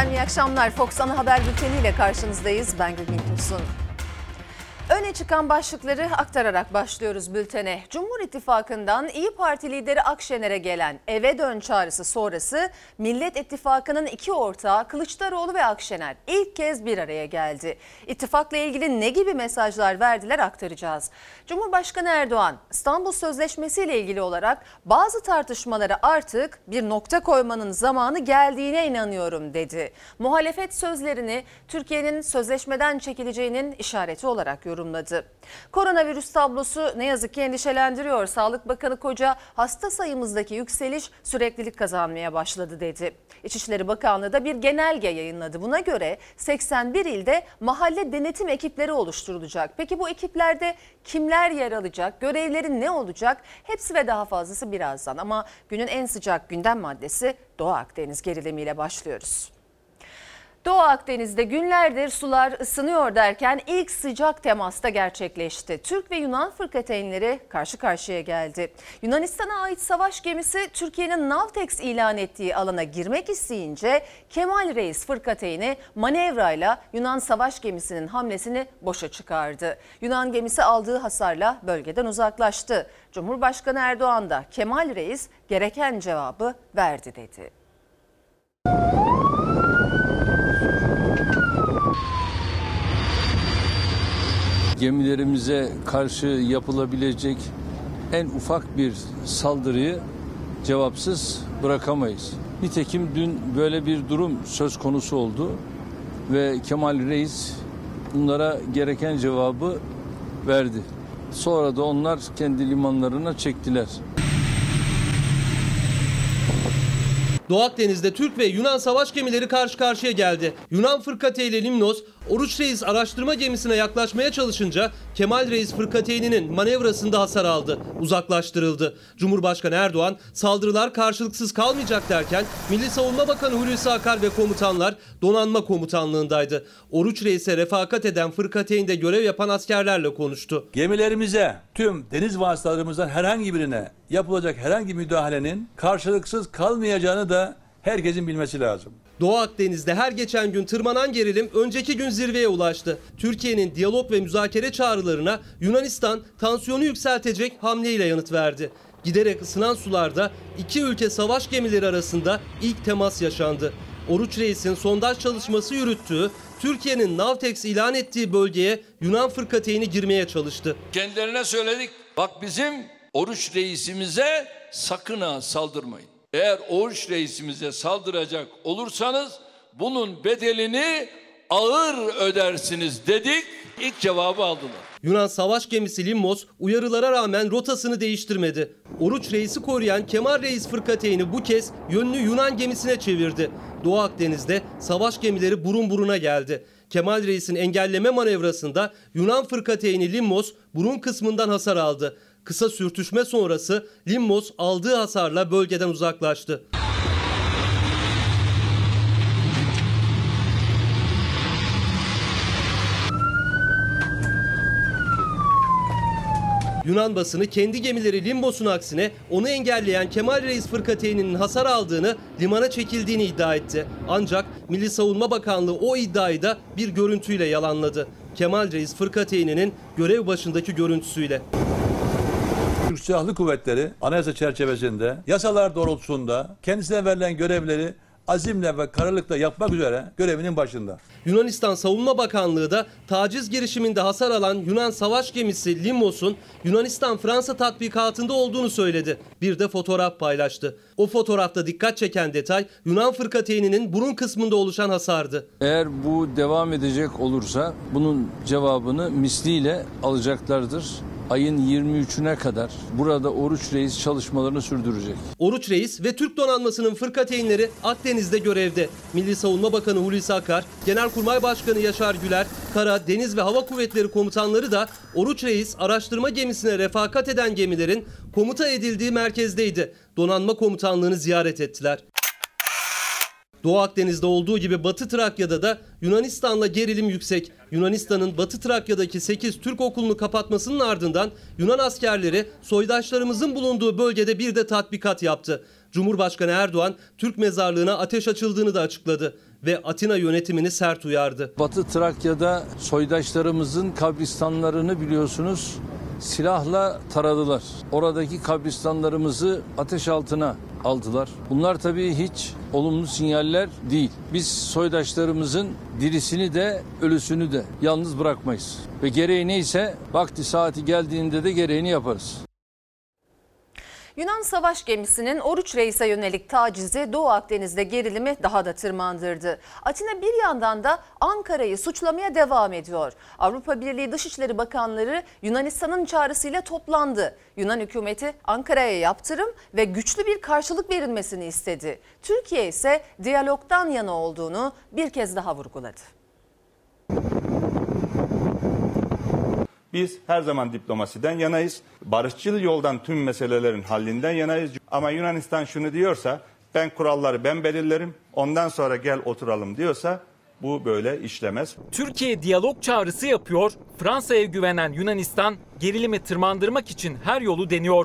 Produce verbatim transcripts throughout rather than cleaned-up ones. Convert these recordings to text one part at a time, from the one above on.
Efendim iyi akşamlar. Fox Ana Haber Bülteni ile karşınızdayız. Ben Gülbin Tosun. Öne çıkan başlıkları aktararak başlıyoruz bültene. Cumhur İttifakı'ndan İyi Parti lideri Akşener'e gelen eve dön çağrısı sonrası Millet İttifakı'nın iki ortağı Kılıçdaroğlu ve Akşener ilk kez bir araya geldi. İttifakla ilgili ne gibi mesajlar verdiler aktaracağız. Cumhurbaşkanı Erdoğan İstanbul Sözleşmesi ile ilgili olarak bazı tartışmalara artık bir nokta koymanın zamanı geldiğine inanıyorum dedi. Muhalefet sözlerini Türkiye'nin sözleşmeden çekileceğinin işareti olarak yorumladı. Koronavirüs tablosu ne yazık ki endişelendiriyor. Sağlık Bakanı Koca hasta sayımızdaki yükseliş süreklilik kazanmaya başladı dedi. İçişleri Bakanlığı da bir genelge yayınladı. Buna göre seksen bir ilde mahalle denetim ekipleri oluşturulacak. Peki bu ekiplerde kimler yer alacak? Görevleri ne olacak? Hepsi ve daha fazlası birazdan. Ama günün en sıcak gündem maddesi Doğu Akdeniz gerilimiyle başlıyoruz. Doğu Akdeniz'de günlerdir sular ısınıyor derken ilk sıcak temasta gerçekleşti. Türk ve Yunan fırkateynleri karşı karşıya geldi. Yunanistan'a ait savaş gemisi Türkiye'nin Navtex ilan ettiği alana girmek isteyince Kemal Reis fırkateyni manevrayla Yunan savaş gemisinin hamlesini boşa çıkardı. Yunan gemisi aldığı hasarla bölgeden uzaklaştı. Cumhurbaşkanı Erdoğan da Kemal Reis gereken cevabı verdi dedi. Gemilerimize karşı yapılabilecek en ufak bir saldırıyı cevapsız bırakamayız. Nitekim dün böyle bir durum söz konusu oldu ve Kemal Reis bunlara gereken cevabı verdi. Sonra da onlar kendi limanlarına çektiler. Doğu Akdeniz'de Türk ve Yunan savaş gemileri karşı karşıya geldi. Yunan fırkateyni Limnos, Oruç Reis araştırma gemisine yaklaşmaya çalışınca Kemal Reis fırkateyninin manevrasında hasar aldı, uzaklaştırıldı. Cumhurbaşkanı Erdoğan saldırılar karşılıksız kalmayacak derken Milli Savunma Bakanı Hulusi Akar ve komutanlar donanma komutanlığındaydı. Oruç Reis'e refakat eden fırkateynde görev yapan askerlerle konuştu. Gemilerimize, tüm deniz vasıtalarımızdan herhangi birine yapılacak herhangi müdahalenin karşılıksız kalmayacağını da herkesin bilmesi lazım. Doğu Akdeniz'de her geçen gün tırmanan gerilim önceki gün zirveye ulaştı. Türkiye'nin diyalog ve müzakere çağrılarına Yunanistan tansiyonu yükseltecek hamleyle yanıt verdi. Giderek ısınan sularda iki ülke savaş gemileri arasında ilk temas yaşandı. Oruç Reis'in sondaj çalışması yürüttüğü, Türkiye'nin Navtex ilan ettiği bölgeye Yunan fırkateyni girmeye çalıştı. Kendilerine söyledik, bak bizim Oruç Reisimize sakın ha saldırmayın. Eğer Oruç Reisimize saldıracak olursanız bunun bedelini ağır ödersiniz dedik. İlk cevabı aldılar. Yunan savaş gemisi Limnos uyarılara rağmen rotasını değiştirmedi. Oruç Reis'i koruyan Kemal Reis fırkateyni bu kez yönünü Yunan gemisine çevirdi. Doğu Akdeniz'de savaş gemileri burun buruna geldi. Kemal Reis'in engelleme manevrasında Yunan fırkateyni Limnos burun kısmından hasar aldı. Kısa sürtüşme sonrası Limnos aldığı hasarla bölgeden uzaklaştı. Yunan basını kendi gemileri Limnos'un aksine onu engelleyen Kemal Reis fırkateyninin hasar aldığını, limana çekildiğini iddia etti. Ancak Milli Savunma Bakanlığı o iddiayı da bir görüntüyle yalanladı. Kemal Reis fırkateyninin görev başındaki görüntüsüyle. Türk Silahlı Kuvvetleri anayasa çerçevesinde yasalar doğrultusunda kendisine verilen görevleri azimle ve kararlılıkla yapmak üzere görevinin başında. Yunanistan Savunma Bakanlığı da taciz girişiminde hasar alan Yunan savaş gemisi Limnos'un Yunanistan-Fransa tatbikatında olduğunu söyledi. Bir de fotoğraf paylaştı. O fotoğrafta dikkat çeken detay Yunan fırkateyninin burun kısmında oluşan hasardı. Eğer bu devam edecek olursa bunun cevabını misliyle alacaklardır. Ayın yirmi üçüne kadar burada Oruç Reis çalışmalarını sürdürecek. Oruç Reis ve Türk donanmasının fırkateynleri Akdeniz'de görevde. Milli Savunma Bakanı Hulusi Akar, Genelkurmay Başkanı Yaşar Güler, Kara, Deniz ve Hava Kuvvetleri komutanları da Oruç Reis araştırma gemisine refakat eden gemilerin komuta edildiği merkezdeydi. Donanma komutanlığını ziyaret ettiler. Doğu Akdeniz'de olduğu gibi Batı Trakya'da da Yunanistan'la gerilim yüksek. Yunanistan'ın Batı Trakya'daki sekiz Türk okulunu kapatmasının ardından Yunan askerleri soydaşlarımızın bulunduğu bölgede bir de tatbikat yaptı. Cumhurbaşkanı Erdoğan Türk mezarlığına ateş açıldığını da açıkladı. ve Atina yönetimini sert uyardı. Batı Trakya'da soydaşlarımızın kabristanlarını biliyorsunuz silahla taradılar. Oradaki kabristanlarımızı ateş altına aldılar. Bunlar tabii hiç olumlu sinyaller değil. Biz soydaşlarımızın dirisini de ölüsünü de yalnız bırakmayız. Ve gereği neyse vakti saati geldiğinde de gereğini yaparız. Yunan savaş gemisinin Oruç Reis'e yönelik tacizi Doğu Akdeniz'de gerilimi daha da tırmandırdı. Atina bir yandan da Ankara'yı suçlamaya devam ediyor. Avrupa Birliği Dışişleri Bakanları Yunanistan'ın çağrısıyla toplandı. Yunan hükümeti Ankara'ya yaptırım ve güçlü bir karşılık verilmesini istedi. Türkiye ise diyalogdan yana olduğunu bir kez daha vurguladı. Biz her zaman diplomasiden yanayız. Barışçıl yoldan tüm meselelerin hallinden yanayız. Ama Yunanistan şunu diyorsa, ben kuralları ben belirlerim, ondan sonra gel oturalım diyorsa bu böyle işlemez. Türkiye diyalog çağrısı yapıyor, Fransa'ya güvenen Yunanistan gerilimi tırmandırmak için her yolu deniyor.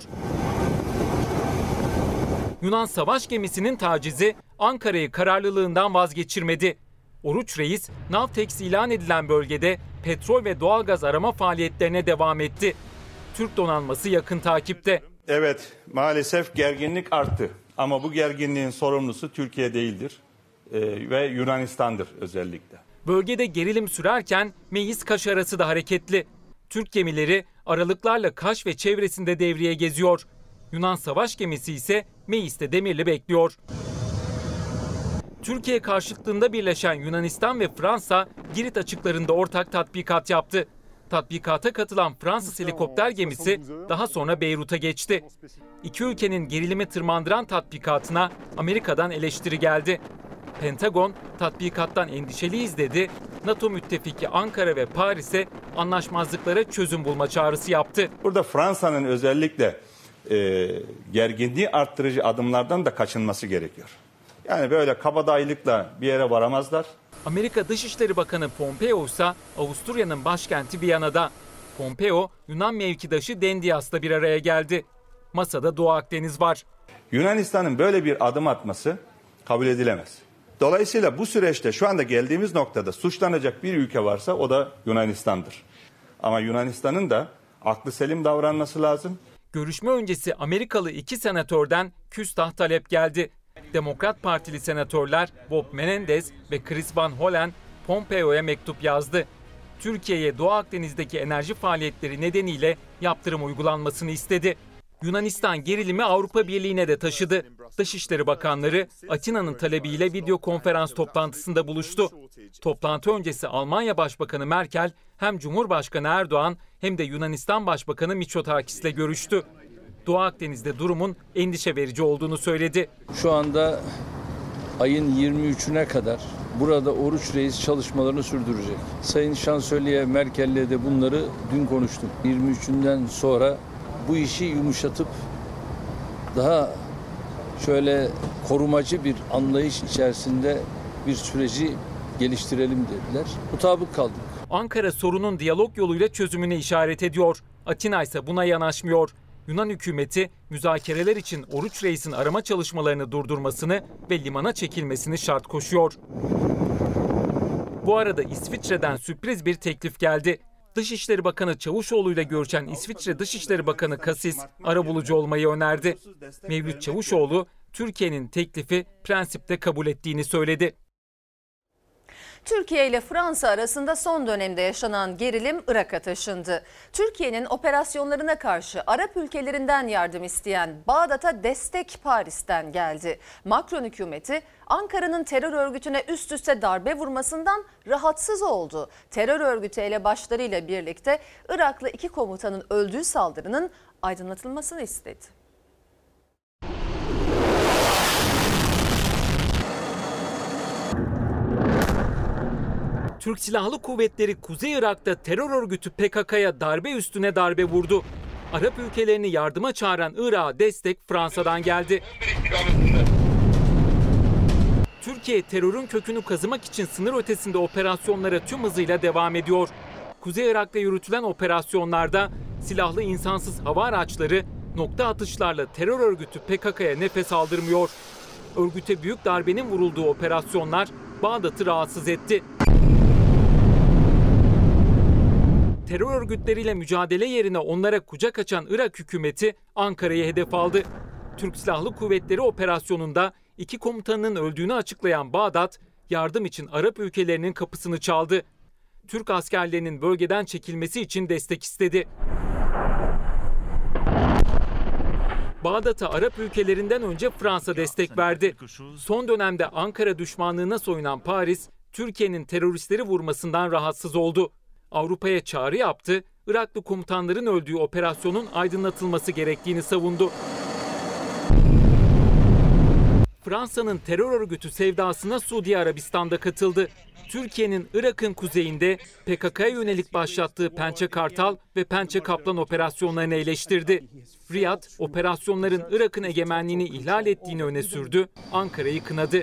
Yunan savaş gemisinin tacizi Ankara'yı kararlılığından vazgeçirmedi. Oruç Reis, Navtex ilan edilen bölgede petrol ve doğalgaz arama faaliyetlerine devam etti. Türk donanması yakın takipte. Evet, maalesef gerginlik arttı. Ama bu gerginliğin sorumlusu Türkiye değildir ee, ve Yunanistan'dır özellikle. Bölgede gerilim sürerken Meis-Kaş arası da hareketli. Türk gemileri aralıklarla Kaş ve çevresinde devreye geziyor. Yunan savaş gemisi ise Meis'te demirli bekliyor. Türkiye karşıtlığında birleşen Yunanistan ve Fransa Girit açıklarında ortak tatbikat yaptı. Tatbikata katılan Fransız helikopter gemisi daha sonra Beyrut'a geçti. İki ülkenin gerilimi tırmandıran tatbikatına Amerika'dan eleştiri geldi. Pentagon tatbikattan endişeliyiz dedi. NATO müttefiki Ankara ve Paris'e anlaşmazlıklara çözüm bulma çağrısı yaptı. Burada Fransa'nın özellikle e, gerginliği arttırıcı adımlardan da kaçınması gerekiyor. Yani böyle kabadayılıkla bir yere varamazlar. Amerika Dışişleri Bakanı Pompeo ise Avusturya'nın başkenti Viyana'da. Pompeo, Yunan mevkidaşı Dendias'la bir araya geldi. Masada Doğu Akdeniz var. Yunanistan'ın böyle bir adım atması kabul edilemez. Dolayısıyla bu süreçte şu anda geldiğimiz noktada suçlanacak bir ülke varsa o da Yunanistan'dır. Ama Yunanistan'ın da aklı selim davranması lazım. Görüşme öncesi Amerikalı iki senatörden küstah talep geldi. Demokrat Partili senatörler Bob Menendez ve Chris Van Hollen Pompeo'ya mektup yazdı. Türkiye'ye Doğu Akdeniz'deki enerji faaliyetleri nedeniyle yaptırım uygulanmasını istedi. Yunanistan gerilimi Avrupa Birliği'ne de taşıdı. Dışişleri Bakanları Atina'nın talebiyle video konferans toplantısında buluştu. Toplantı öncesi Almanya Başbakanı Merkel hem Cumhurbaşkanı Erdoğan hem de Yunanistan Başbakanı Mitsotakis'le görüştü. Doğu Akdeniz'de durumun endişe verici olduğunu söyledi. Şu anda ayın yirmi üçüne kadar burada Oruç Reis çalışmalarını sürdürecek. Sayın Şansölye Merkel'le de bunları dün konuştum. yirmi üçünden sonra bu işi yumuşatıp daha şöyle korumacı bir anlayış içerisinde bir süreci geliştirelim dediler. Mutabık kaldık. Ankara sorunun diyalog yoluyla çözümüne işaret ediyor. Atina ise buna yanaşmıyor. Yunan hükümeti müzakereler için Oruç Reis'in arama çalışmalarını durdurmasını ve limana çekilmesini şart koşuyor. Bu arada İsviçre'den sürpriz bir teklif geldi. Dışişleri Bakanı Çavuşoğlu ile görüşen İsviçre Dışişleri Bakanı Kassis arabulucu olmayı önerdi. Mevlüt Çavuşoğlu Türkiye'nin teklifi prensipte kabul ettiğini söyledi. Türkiye ile Fransa arasında son dönemde yaşanan gerilim Irak'a taşındı. Türkiye'nin operasyonlarına karşı Arap ülkelerinden yardım isteyen Bağdat'a destek Paris'ten geldi. Macron hükümeti Ankara'nın terör örgütüne üst üste darbe vurmasından rahatsız oldu. Terör örgütü elebaşlarıyla birlikte Iraklı iki komutanın öldüğü saldırının aydınlatılmasını istedi. Türk Silahlı Kuvvetleri Kuzey Irak'ta terör örgütü P K K'ya darbe üstüne darbe vurdu. Arap ülkelerini yardıma çağıran Irak'a destek Fransa'dan geldi. Türkiye terörün kökünü kazımak için sınır ötesinde operasyonlara tüm hızıyla devam ediyor. Kuzey Irak'ta yürütülen operasyonlarda silahlı insansız hava araçları nokta atışlarla terör örgütü P K K'ya nefes aldırmıyor. Örgüte büyük darbenin vurulduğu operasyonlar Bağdat'ı rahatsız etti. Terör örgütleriyle mücadele yerine onlara kucak açan Irak hükümeti Ankara'yı hedef aldı. Türk Silahlı Kuvvetleri operasyonunda iki komutanının öldüğünü açıklayan Bağdat, yardım için Arap ülkelerinin kapısını çaldı. Türk askerlerinin bölgeden çekilmesi için destek istedi. Bağdat'a Arap ülkelerinden önce Fransa destek verdi. Son dönemde Ankara düşmanlığına soyunan Paris, Türkiye'nin teröristleri vurmasından rahatsız oldu. Avrupa'ya çağrı yaptı, Iraklı komutanların öldüğü operasyonun aydınlatılması gerektiğini savundu. Fransa'nın terör örgütü sevdasına Suudi Arabistan'da katıldı. Türkiye'nin Irak'ın kuzeyinde P K K'ya yönelik başlattığı Pençe Kartal ve Pençe Kaplan operasyonlarını eleştirdi. Riyad, operasyonların Irak'ın egemenliğini ihlal ettiğini öne sürdü, Ankara'yı kınadı.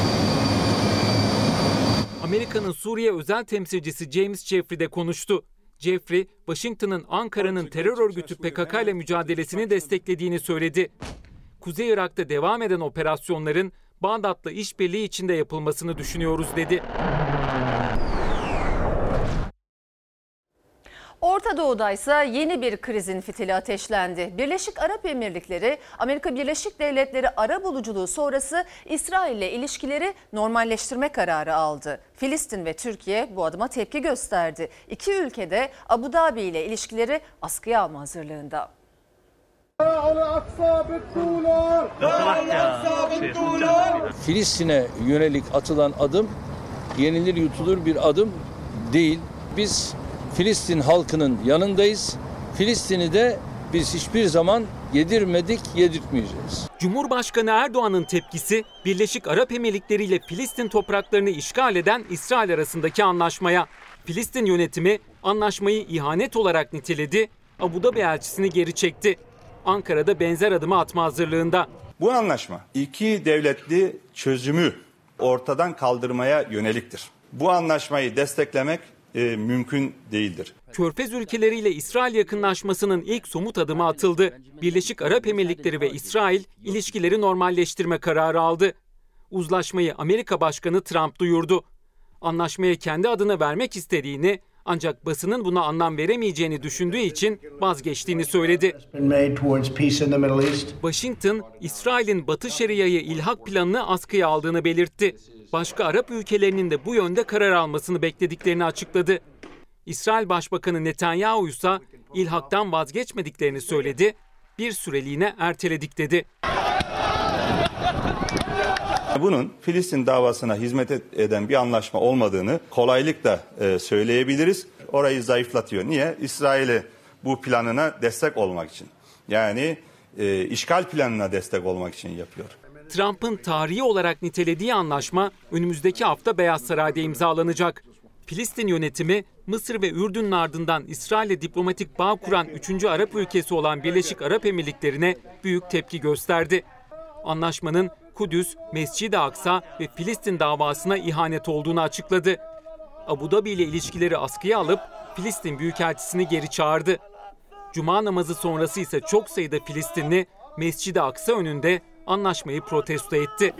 Amerika'nın Suriye özel temsilcisi James Jeffrey de konuştu. Jeffrey, Washington'ın Ankara'nın terör örgütü P K K ile mücadelesini desteklediğini söyledi. Kuzey Irak'ta devam eden operasyonların Bağdat'la işbirliği içinde yapılmasını düşünüyoruz dedi. Orta Doğu'da ise yeni bir krizin fitili ateşlendi. Birleşik Arap Emirlikleri, Amerika Birleşik Devletleri arabuluculuğu sonrası İsrail ile ilişkileri normalleştirme kararı aldı. Filistin ve Türkiye bu adıma tepki gösterdi. İki ülke de Abu Dhabi ile ilişkileri askıya alma hazırlığında. Filistin'e yönelik atılan adım yenilir yutulur bir adım değil. Biz Filistin halkının yanındayız. Filistin'i de biz hiçbir zaman yedirmedik, yedirtmeyeceğiz. Cumhurbaşkanı Erdoğan'ın tepkisi Birleşik Arap Emirlikleri ile Filistin topraklarını işgal eden İsrail arasındaki anlaşmaya. Filistin yönetimi anlaşmayı ihanet olarak niteledi, Abu Dhabi elçisini geri çekti. Ankara'da benzer adımı atma hazırlığında. Bu anlaşma iki devletli çözümü ortadan kaldırmaya yöneliktir. Bu anlaşmayı desteklemek e, mümkün değildir. Körfez ülkeleriyle İsrail yakınlaşmasının ilk somut adımı atıldı. Birleşik Arap Emirlikleri ve İsrail ilişkileri normalleştirme kararı aldı. Uzlaşmayı Amerika Başkanı Trump duyurdu. Anlaşmaya kendi adını vermek istediğini, ancak basının buna anlam veremeyeceğini düşündüğü için vazgeçtiğini söyledi. Washington, İsrail'in Batı Şeria'yı ilhak planını askıya aldığını belirtti. Başka Arap ülkelerinin de bu yönde karar almasını beklediklerini açıkladı. İsrail Başbakanı Netanyahu ise ilhaktan vazgeçmediklerini söyledi, bir süreliğine erteledik dedi. Bunun Filistin davasına hizmet eden bir anlaşma olmadığını kolaylıkla e, söyleyebiliriz. Orayı zayıflatıyor. Niye? İsrail'e bu planına destek olmak için. Yani e, işgal planına destek olmak için yapıyor. Trump'ın tarihi olarak nitelediği anlaşma önümüzdeki hafta Beyaz Saray'da imzalanacak. Filistin yönetimi Mısır ve Ürdün'ün ardından İsrail'le diplomatik bağ kuran üçüncü Arap ülkesi olan Birleşik Arap Emirlikleri'ne büyük tepki gösterdi. Anlaşmanın Kudüs, Mescid-i Aksa ve Filistin davasına ihanet olduğunu açıkladı. Abu Dhabi ile ilişkileri askıya alıp Filistin Büyükelçisini geri çağırdı. Cuma namazı sonrası ise çok sayıda Filistinli Mescid-i Aksa önünde anlaşmayı protesto etti.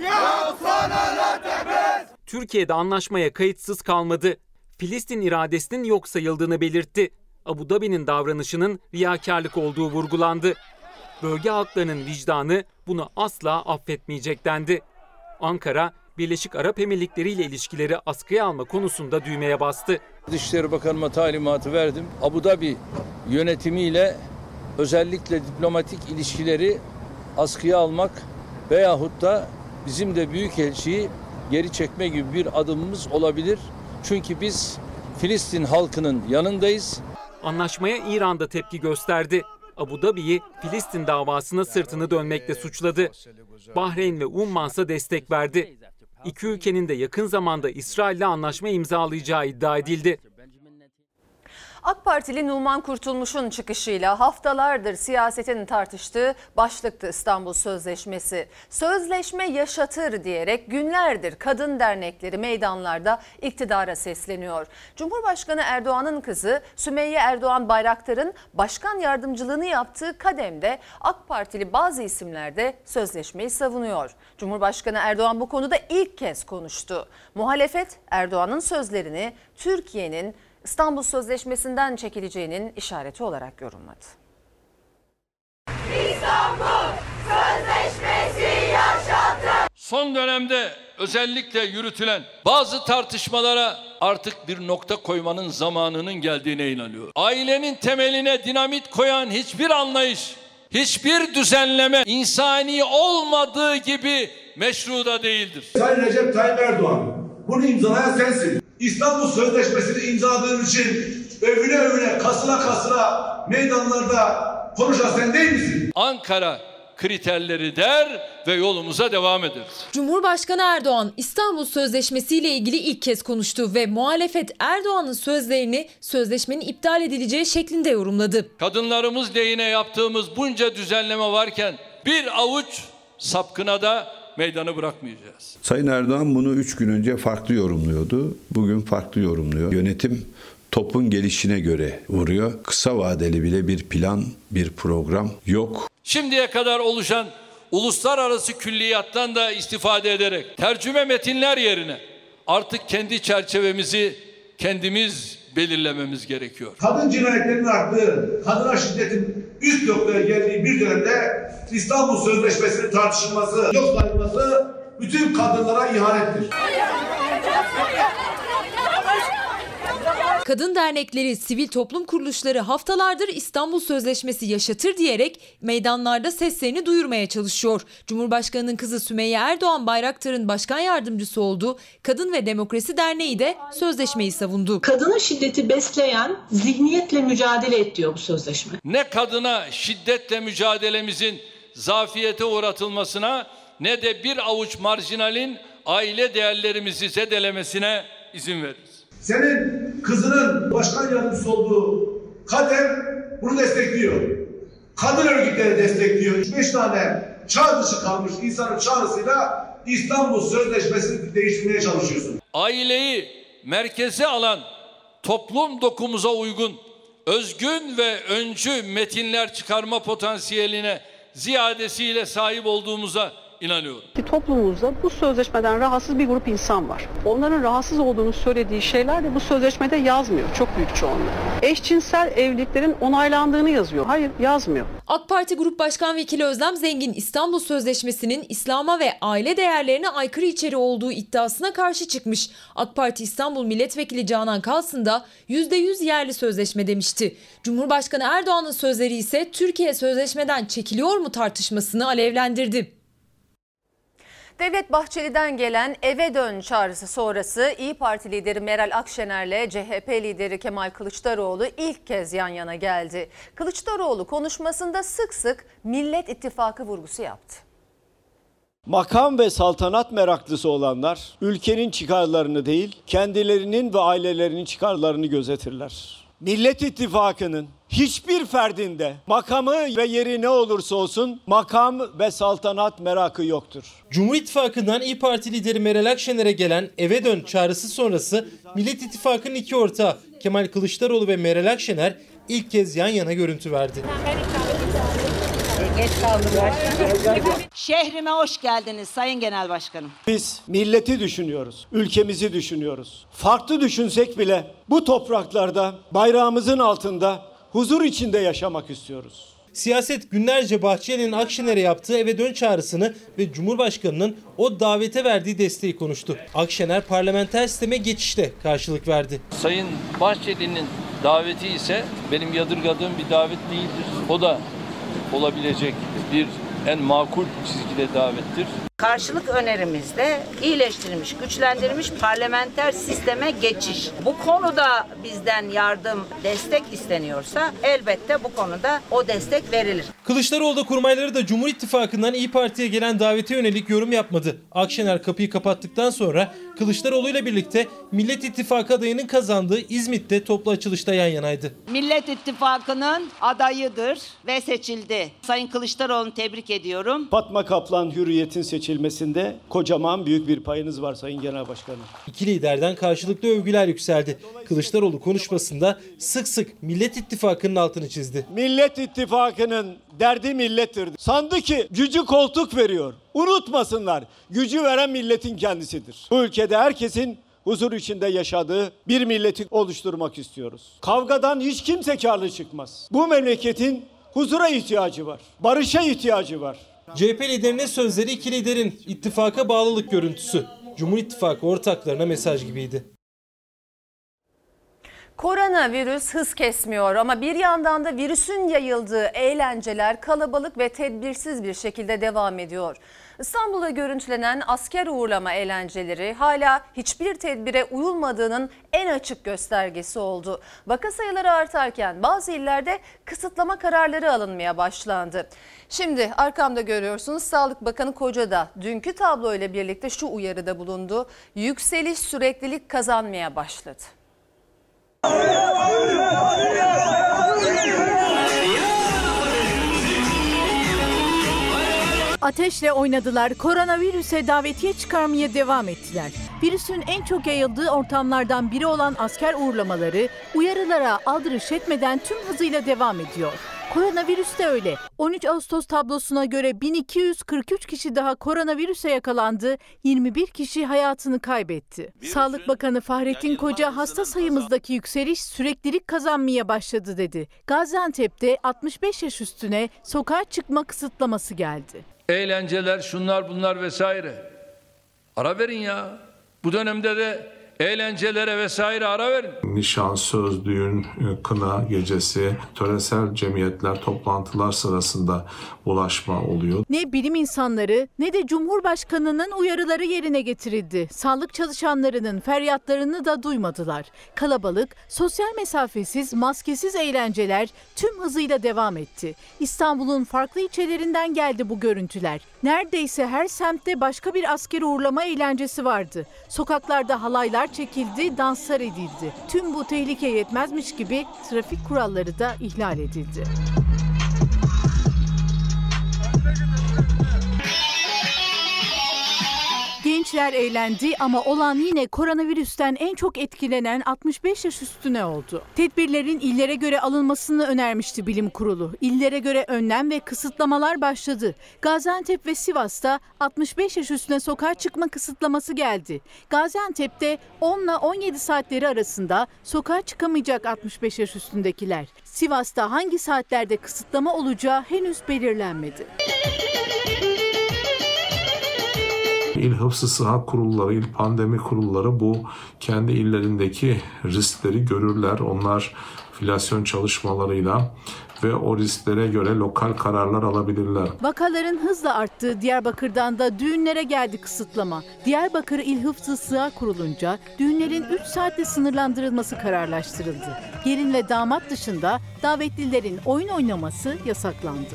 Türkiye'de anlaşmaya kayıtsız kalmadı. Filistin iradesinin yok sayıldığını belirtti. Abu Dhabi'nin davranışının riyakarlık olduğu vurgulandı. Bölge halklarının vicdanı bunu asla affetmeyecek dendi. Ankara, Birleşik Arap Emirlikleri ile ilişkileri askıya alma konusunda düğmeye bastı. Dışişleri Bakanıma talimatı verdim. Abu Dhabi yönetimiyle özellikle diplomatik ilişkileri askıya almak veyahut da bizim de büyükelçiyi geri çekme gibi bir adımımız olabilir. Çünkü biz Filistin halkının yanındayız. Anlaşmaya İran da tepki gösterdi. Abu Dhabi'yi Filistin davasına sırtını dönmekle suçladı. Bahreyn ve Umman ise destek verdi. İki ülkenin de yakın zamanda İsrail'le anlaşma imzalayacağı iddia edildi. AK Partili Numan Kurtulmuş'un çıkışıyla haftalardır siyasetin tartıştığı başlıktı İstanbul Sözleşmesi. Sözleşme yaşatır diyerek günlerdir kadın dernekleri meydanlarda iktidara sesleniyor. Cumhurbaşkanı Erdoğan'ın kızı Sümeyye Erdoğan Bayraktar'ın başkan yardımcılığını yaptığı kademde AK Partili bazı isimler de sözleşmeyi savunuyor. Cumhurbaşkanı Erdoğan bu konuda ilk kez konuştu. Muhalefet Erdoğan'ın sözlerini Türkiye'nin İstanbul Sözleşmesi'nden çekileceğinin işareti olarak yorumladı. İstanbul Sözleşmesi yaşatır. Son dönemde özellikle yürütülen bazı tartışmalara artık bir nokta koymanın zamanının geldiğine inanıyorum. Ailenin temeline dinamit koyan hiçbir anlayış, hiçbir düzenleme insani olmadığı gibi meşru da değildir. Sayın Recep Tayyip Erdoğan, bunu imzalayan sensin. İstanbul Sözleşmesi'ni imzaladığın için övüne övüne, kasına kasına meydanlarda konuşan sen değil misin? Ankara kriterleri der ve yolumuza devam ederiz. Cumhurbaşkanı Erdoğan İstanbul Sözleşmesi ile ilgili ilk kez konuştu ve muhalefet Erdoğan'ın sözlerini sözleşmenin iptal edileceği şeklinde yorumladı. Kadınlarımız lehine yaptığımız bunca düzenleme varken bir avuç sapkına da meydanı bırakmayacağız. Sayın Erdoğan bunu üç gün önce farklı yorumluyordu. Bugün farklı yorumluyor. Yönetim topun gelişine göre vuruyor. Kısa vadeli bile bir plan, bir program yok. Şimdiye kadar oluşan uluslararası külliyattan da istifade ederek tercüme metinler yerine artık kendi çerçevemizi kendimiz belirlememiz gerekiyor. Kadın cinayetlerinin arttığı, kadına şiddetin üst noktaya geldiği bir dönemde İstanbul Sözleşmesi'nin tartışılması, yok sayılması bütün kadınlara ihanettir. Kadın dernekleri, sivil toplum kuruluşları haftalardır İstanbul Sözleşmesi yaşatır diyerek meydanlarda seslerini duyurmaya çalışıyor. Cumhurbaşkanının kızı Sümeyye Erdoğan Bayraktar'ın başkan yardımcısı olduğu Kadın ve Demokrasi Derneği de sözleşmeyi savundu. Kadına şiddeti besleyen zihniyetle mücadele et diyor bu sözleşme. Ne kadına şiddetle mücadelemizin zafiyete uğratılmasına ne de bir avuç marjinalin aile değerlerimizi zedelemesine izin veririz. Senin kızının başkan yardımcısı olduğu kadem bunu destekliyor. Kadın örgütleri destekliyor. üç beş tane çağ dışı kalmış insanın çağrısıyla İstanbul Sözleşmesi'ni değiştirmeye çalışıyorsun. Aileyi merkeze alan toplum dokumuza uygun, özgün ve öncü metinler çıkarma potansiyeline ziyadesiyle sahip olduğumuza inanıyorum. Toplumumuzda bu sözleşmeden rahatsız bir grup insan var. Onların rahatsız olduğunu söylediği şeyler de bu sözleşmede yazmıyor. Çok büyük çoğunluğu. Eşcinsel evliliklerin onaylandığını yazıyor. Hayır, yazmıyor. AK Parti Grup Başkan Vekili Özlem Zengin İstanbul Sözleşmesi'nin İslam'a ve aile değerlerine aykırı içeriği olduğu iddiasına karşı çıkmış. AK Parti İstanbul Milletvekili Canan Kalsın da yüzde yüz yerli sözleşme demişti. Cumhurbaşkanı Erdoğan'ın sözleri ise Türkiye sözleşmeden çekiliyor mu tartışmasını alevlendirdi. Devlet Bahçeli'den gelen eve dön çağrısı sonrası İYİ Parti lideri Meral Akşener'le C H P lideri Kemal Kılıçdaroğlu ilk kez yan yana geldi. Kılıçdaroğlu konuşmasında sık sık Millet İttifakı vurgusu yaptı. Makam ve saltanat meraklısı olanlar ülkenin çıkarlarını değil, kendilerinin ve ailelerinin çıkarlarını gözetirler. Millet İttifakı'nın hiçbir ferdinde makamı ve yeri ne olursa olsun makam ve saltanat merakı yoktur. Cumhur İttifakı'ndan İYİ Parti lideri Meral Akşener'e gelen eve dön çağrısı sonrası Millet İttifakı'nın iki ortağı Kemal Kılıçdaroğlu ve Meral Akşener ilk kez yan yana görüntü verdi. Şehrime hoş geldiniz Sayın Genel Başkanım. Biz milleti düşünüyoruz, ülkemizi düşünüyoruz. Farklı düşünsek bile bu topraklarda bayrağımızın altında huzur içinde yaşamak istiyoruz. Siyaset günlerce Bahçeli'nin Akşener'e yaptığı eve dön çağrısını ve Cumhurbaşkanı'nın o davete verdiği desteği konuştu. Akşener parlamenter sisteme geçişte karşılık verdi. Sayın Bahçeli'nin daveti ise benim yadırgadığım bir davet değildir. O da olabilecek bir en makul çizgide davettir. Karşılık önerimizde iyileştirilmiş, güçlendirilmiş parlamenter sisteme geçiş. Bu konuda bizden yardım, destek isteniyorsa elbette bu konuda o destek verilir. Kılıçdaroğlu da kurmayları da Cumhur İttifakı'ndan İYİ Parti'ye gelen davete yönelik yorum yapmadı. Akşener kapıyı kapattıktan sonra Kılıçdaroğlu ile birlikte Millet İttifakı adayının kazandığı İzmit'te toplu açılışta yan yanaydı. Millet İttifakı'nın adayıdır ve seçildi. Sayın Kılıçdaroğlu'nu tebrik ediyorum. Fatma Kaplan Hürriyet'in seçilmesinde kocaman büyük bir payınız var Sayın Genel Başkanım. İki liderden karşılıklı övgüler yükseldi. Kılıçdaroğlu konuşmasında sık sık Millet İttifakı'nın altını çizdi. Millet İttifakı'nın derdi millettir. Sandı ki gücü koltuk veriyor. Unutmasınlar, gücü veren milletin kendisidir. Bu ülkede herkesin huzur içinde yaşadığı bir milleti oluşturmak istiyoruz. Kavgadan hiç kimse karlı çıkmaz. Bu memleketin huzura ihtiyacı var, barışa ihtiyacı var. C H P liderinin sözleri iki liderin ittifaka bağlılık görüntüsü. Cumhur İttifakı ortaklarına mesaj gibiydi. Koronavirüs hız kesmiyor ama bir yandan da virüsün yayıldığı eğlenceler kalabalık ve tedbirsiz bir şekilde devam ediyor. İstanbul'da görüntülenen asker uğurlama eğlenceleri hala hiçbir tedbire uyulmadığının en açık göstergesi oldu. Vaka sayıları artarken bazı illerde kısıtlama kararları alınmaya başlandı. Şimdi arkamda görüyorsunuz Sağlık Bakanı Koca da dünkü tablo ile birlikte şu uyarıda bulundu. Yükseliş süreklilik kazanmaya başladı. Ateşle oynadılar, koronavirüse davetiye çıkarmaya devam ettiler. Virüsün en çok yayıldığı ortamlardan biri olan asker uğurlamaları uyarılara aldırış etmeden tüm hızıyla devam ediyor. Koronavirüs de öyle. on üç Ağustos tablosuna göre bin iki yüz kırk üç kişi daha koronavirüse yakalandı, yirmi bir kişi hayatını kaybetti. Virüsün, Sağlık Bakanı Fahrettin Koca hasta sayımızdaki yükseliş süreklilik kazanmaya başladı dedi. Gaziantep'te altmış beş yaş üstüne sokağa çıkma kısıtlaması geldi. Eğlenceler, şunlar bunlar vesaire. Ara verin ya. Bu dönemde de eğlencelere vesaire ara verin. Nişan, söz, düğün, kına gecesi, töresel cemiyetler, toplantılar sırasında bulaşma oluyor. Ne bilim insanları ne de Cumhurbaşkanı'nın uyarıları yerine getirildi. Sağlık çalışanlarının feryatlarını da duymadılar. Kalabalık, sosyal mesafesiz, maskesiz eğlenceler tüm hızıyla devam etti. İstanbul'un farklı ilçelerinden geldi bu görüntüler. Neredeyse her semtte başka bir asker uğurlama eğlencesi vardı. Sokaklarda halaylar çekildi, danslar edildi. Tüm bu tehlike yetmezmiş gibi trafik kuralları da ihlal edildi. Gençler eğlendi ama olan yine koronavirüsten en çok etkilenen altmış beş yaş üstüne oldu. Tedbirlerin illere göre alınmasını önermişti Bilim Kurulu. İllere göre önlem ve kısıtlamalar başladı. Gaziantep ve Sivas'ta altmış beş yaş üstüne sokağa çıkma kısıtlaması geldi. Gaziantep'te on ile on yedi saatleri arasında sokağa çıkamayacak altmış beş yaş üstündekiler. Sivas'ta hangi saatlerde kısıtlama olacağı henüz belirlenmedi. İl Hıfzı Sıhhat Kurulları, il pandemi kurulları bu kendi illerindeki riskleri görürler. Onlar filyasyon çalışmalarıyla ve o risklere göre lokal kararlar alabilirler. Vakaların hızla arttığı Diyarbakır'dan da düğünlere geldi kısıtlama. Diyarbakır İl Hıfzı Sıhhat kurulunca düğünlerin üç saatte sınırlandırılması kararlaştırıldı. Gelin ve damat dışında davetlilerin oyun oynaması yasaklandı.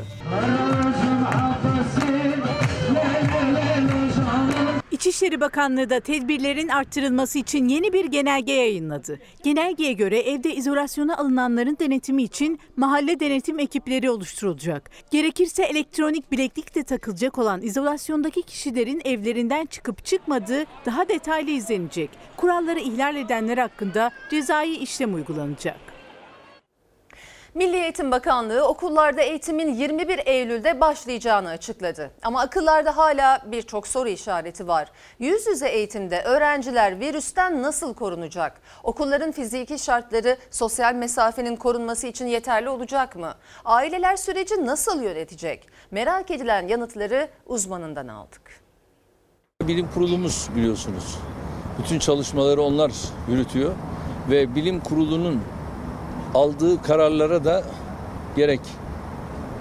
İçişleri Bakanlığı da tedbirlerin arttırılması için yeni bir genelge yayınladı. Genelgeye göre evde izolasyona alınanların denetimi için mahalle denetim ekipleri oluşturulacak. Gerekirse elektronik bileklik de takılacak olan izolasyondaki kişilerin evlerinden çıkıp çıkmadığı daha detaylı izlenecek. Kuralları ihlal edenler hakkında cezai işlem uygulanacak. Milli Eğitim Bakanlığı okullarda eğitimin yirmi bir Eylül'de başlayacağını açıkladı. Ama akıllarda hala birçok soru işareti var. Yüz yüze eğitimde öğrenciler virüsten nasıl korunacak? Okulların fiziki şartları sosyal mesafenin korunması için yeterli olacak mı? Aileler süreci nasıl yönetecek? Merak edilen yanıtları uzmanından aldık. Bilim kurulumuz biliyorsunuz. Bütün çalışmaları onlar yürütüyor ve bilim kurulunun aldığı kararlara da gerek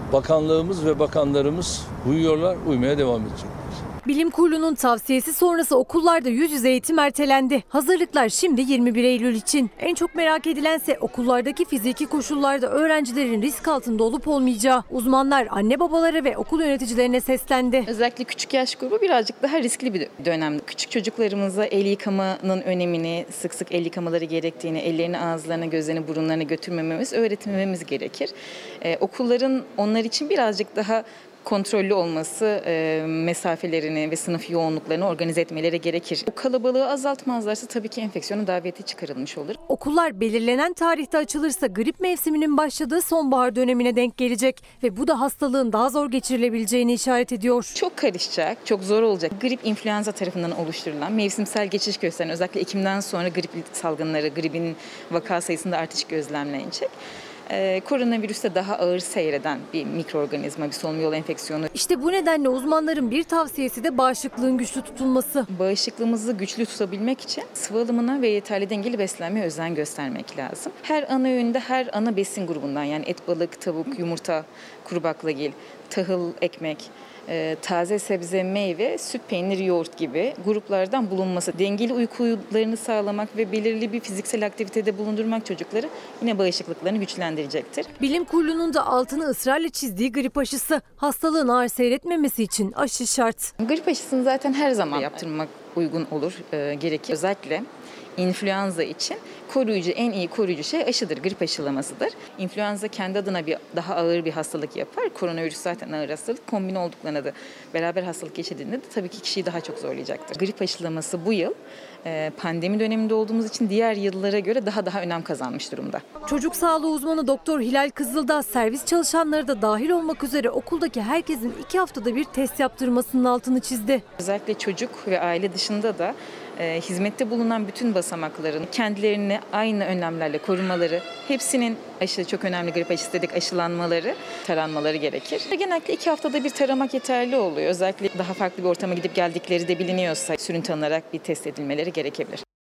bakanlığımız ve bakanlarımız uyuyorlar, uymaya devam edecekler. Bilim Kurulu'nun tavsiyesi sonrası okullarda yüz yüze eğitim ertelendi. Hazırlıklar şimdi yirmi bir Eylül için. En çok merak edilense okullardaki fiziki koşullarda öğrencilerin risk altında olup olmayacağı. Uzmanlar anne babalara ve okul yöneticilerine seslendi. Özellikle küçük yaş grubu birazcık daha riskli bir dönem. Küçük çocuklarımıza el yıkamanın önemini, sık sık el yıkamaları gerektiğini, ellerini ağızlarına, gözlerini, burunlarına götürmememiz, öğretmemiz gerekir. Ee, okulların onlar için birazcık daha kontrollü olması, e, mesafelerini ve sınıf yoğunluklarını organize etmeleri gerekir. O kalabalığı azaltmazlarsa tabii ki enfeksiyonun daveti çıkarılmış olur. Okullar belirlenen tarihte açılırsa grip mevsiminin başladığı sonbahar dönemine denk gelecek ve bu da hastalığın daha zor geçirilebileceğini işaret ediyor. Çok karışacak, çok zor olacak. Grip influenza tarafından oluşturulan mevsimsel geçiş gösteren özellikle Ekim'den sonra grip salgınları, gripin vaka sayısında artış gözlemlenecek. Ee, koronavirüste daha ağır seyreden bir mikroorganizma, bir solunum yolu enfeksiyonu. İşte bu nedenle uzmanların bir tavsiyesi de bağışıklığın güçlü tutulması. Bağışıklığımızı güçlü tutabilmek için sıvı alımına ve yeterli dengeli beslenmeye özen göstermek lazım. Her ana öğünde her ana besin grubundan yani et, balık, tavuk, yumurta, kuru baklagil, tahıl, ekmek, e, taze sebze, meyve, süt, peynir, yoğurt gibi gruplardan bulunması, dengeli uykularını sağlamak ve belirli bir fiziksel aktivitede bulundurmak çocukları yine bağışıklıklarını güçlendirecektir. Bilim Kurulu'nun da altını ısrarla çizdiği grip aşısı. Hastalığın ağır seyretmemesi için aşı şart. Grip aşısını zaten her zaman yaptırmak uygun olur, e, gerekir. Özellikle influenza için koruyucu, en iyi koruyucu şey aşıdır, grip aşılamasıdır. İnfluenza kendi adına bir daha ağır bir hastalık yapar. Koronavirüs zaten ağır hastalık. Kombine olduklarına da beraber hastalık geçirdiğinde de tabii ki kişiyi daha çok zorlayacaktır. Grip aşılaması bu yıl pandemi döneminde olduğumuz için diğer yıllara göre daha daha önem kazanmış durumda. Çocuk sağlığı uzmanı Doktor Hilal Kızıldağ servis çalışanları da dahil olmak üzere okuldaki herkesin iki haftada bir test yaptırmasının altını çizdi. Özellikle çocuk ve aile dışında da e, hizmette bulunan bütün basamakların kendilerini aynı önlemlerle korumaları, hepsinin aşı çok önemli grip aşısı dedik aşılanmaları, taranmaları gerekir. Genellikle iki haftada bir taramak yeterli oluyor. Özellikle daha farklı bir ortama gidip geldikleri de biliniyorsa sürüntü alınarak bir test edilmeleri gerekebilir.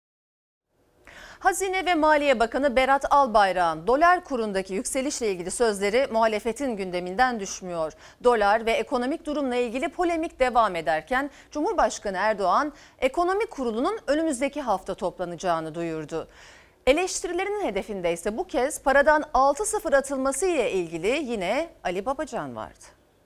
Hazine ve Maliye Bakanı Berat Albayrak'ın dolar kurundaki yükselişle ilgili sözleri muhalefetin gündeminden düşmüyor. Dolar ve ekonomik durumla ilgili polemik devam ederken Cumhurbaşkanı Erdoğan Ekonomi Kurulu'nun önümüzdeki hafta toplanacağını duyurdu. Eleştirilerinin hedefinde ise bu kez paradan altı sıfır atılması ile ilgili yine Ali Babacan vardı.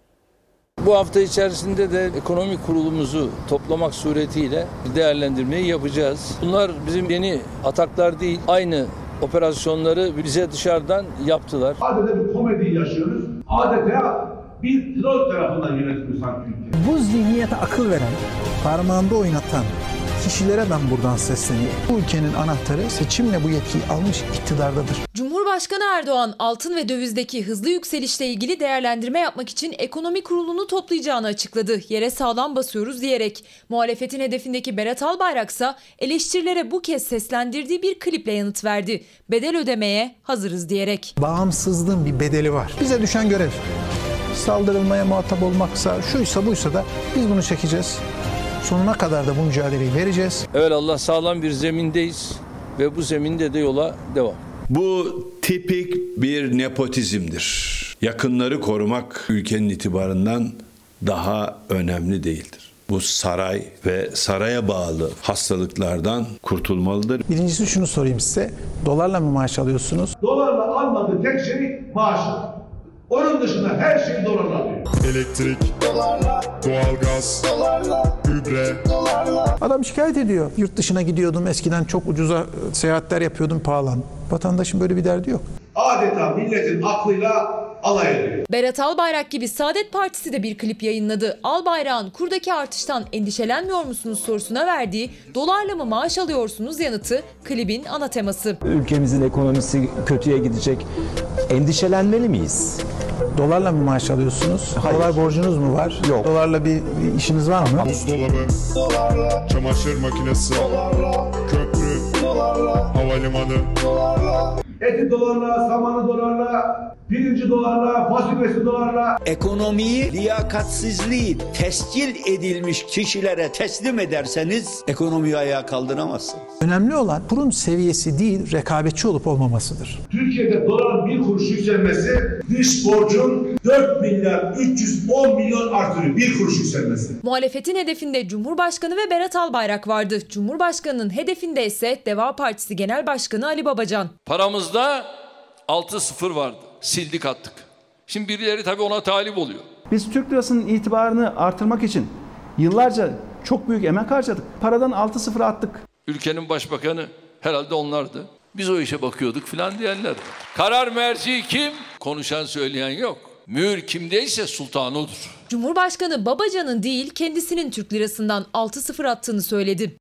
Bu hafta içerisinde de ekonomi kurulumuzu toplamak suretiyle değerlendirmeyi yapacağız. Bunlar bizim yeni ataklar değil, aynı operasyonları bize dışarıdan yaptılar. Adeta bir komedi yaşıyoruz. Adeta bir troll tarafından yönetiliyor sanki ülke. Bu zihniyete akıl veren, parmağında oynatan kişilere ben buradan sesleniyorum. Bu ülkenin anahtarı seçimle bu yetkiyi almış iktidardadır. Cumhurbaşkanı Erdoğan altın ve dövizdeki hızlı yükselişle ilgili değerlendirme yapmak için ekonomi kurulunu toplayacağını açıkladı. Yere sağlam basıyoruz diyerek. Muhalefetin hedefindeki Berat Albayrak ise eleştirilere bu kez seslendirdiği bir kliple yanıt verdi. Bedel ödemeye hazırız diyerek. Bağımsızlığın bir bedeli var. Bize düşen görev saldırılmaya muhatap olmaksa, şuysa buysa da biz bunu çekeceğiz. Sonuna kadar da bu mücadeleyi vereceğiz. Evet, Allah sağlam bir zemindeyiz ve bu zeminde de yola devam. Bu tipik bir nepotizmdir. Yakınları korumak ülkenin itibarından daha önemli değildir. Bu saray ve saraya bağlı hastalıklardan kurtulmalıdır. Birincisi şunu sorayım size. Dolarla mı maaş alıyorsunuz? Dolarla almadığı tek şey maaşı. Onun dışında her şey dolarla alıyor. Elektrik, dolarla, doğalgaz, dolarla, gübre, dolarla. Adam şikayet ediyor. Yurt dışına gidiyordum, eskiden çok ucuza seyahatler yapıyordum, pahalan. Vatandaşın böyle bir derdi yok. Adeta milletin aklıyla alay ediyor. Berat Albayrak gibi Saadet Partisi de bir klip yayınladı. Albayrak'ın kurdaki artıştan endişelenmiyor musunuz sorusuna verdiği dolarla mı maaş alıyorsunuz yanıtı klibin ana teması. Ülkemizin ekonomisi kötüye gidecek. Endişelenmeli miyiz? Dolarla mı maaş alıyorsunuz? Hayır. Dolar borcunuz mu var? Yok. Dolarla bir, bir işiniz var mı? Buzdolabı, dolarla, çamaşır makinesi, dolarla, köprü, dolarla, havalimanı, dolarla. Eti dolarla, samanı dolarla, pirinci dolarla, fasulyesi dolarla. Ekonomiyi liyakatsizliği tescil edilmiş kişilere teslim ederseniz ekonomiyi ayağa kaldıramazsınız. Önemli olan kurun seviyesi değil, rekabetçi olup olmamasıdır. Türkiye'de doların bir kuruş yükselmesi dış borcun dört milyar üç yüz on milyon artırıyor. Bir kuruş yükselmesi. Muhalefetin hedefinde Cumhurbaşkanı ve Berat Albayrak vardı. Cumhurbaşkanının hedefinde ise Deva Partisi Genel Başkanı Ali Babacan. Paramızda altı sıfır vardı. Sildik attık. Şimdi birileri tabii ona talip oluyor. Biz Türk lirasının itibarını artırmak için yıllarca çok büyük emek harcadık. Paradan altı sıfır attık. Ülkenin başbakanı herhalde onlardı. Biz o işe bakıyorduk filan diyenler. Karar merci kim? Konuşan söyleyen yok. Mühür kimdeyse sultan odur. Cumhurbaşkanı Babacan'ın değil kendisinin Türk lirasından altı sıfır attığını söyledi.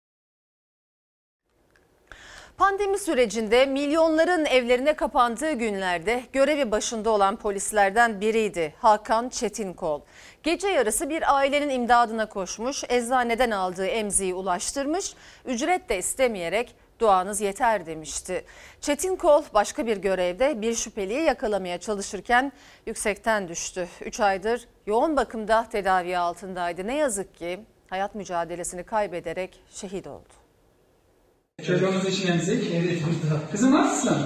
Pandemi sürecinde milyonların evlerine kapandığı günlerde görevi başında olan polislerden biriydi Hakan Çetinkol. Gece yarısı bir ailenin imdadına koşmuş, eczaneden aldığı emziği ulaştırmış, ücret de istemeyerek duanız yeter demişti. Çetinkol başka bir görevde bir şüpheliyi yakalamaya çalışırken yüksekten düştü. üç aydır yoğun bakımda tedavi altındaydı. Ne yazık ki hayat mücadelesini kaybederek şehit oldu. Çocuğumuz için emzik. Evet. Kızım nasılsın?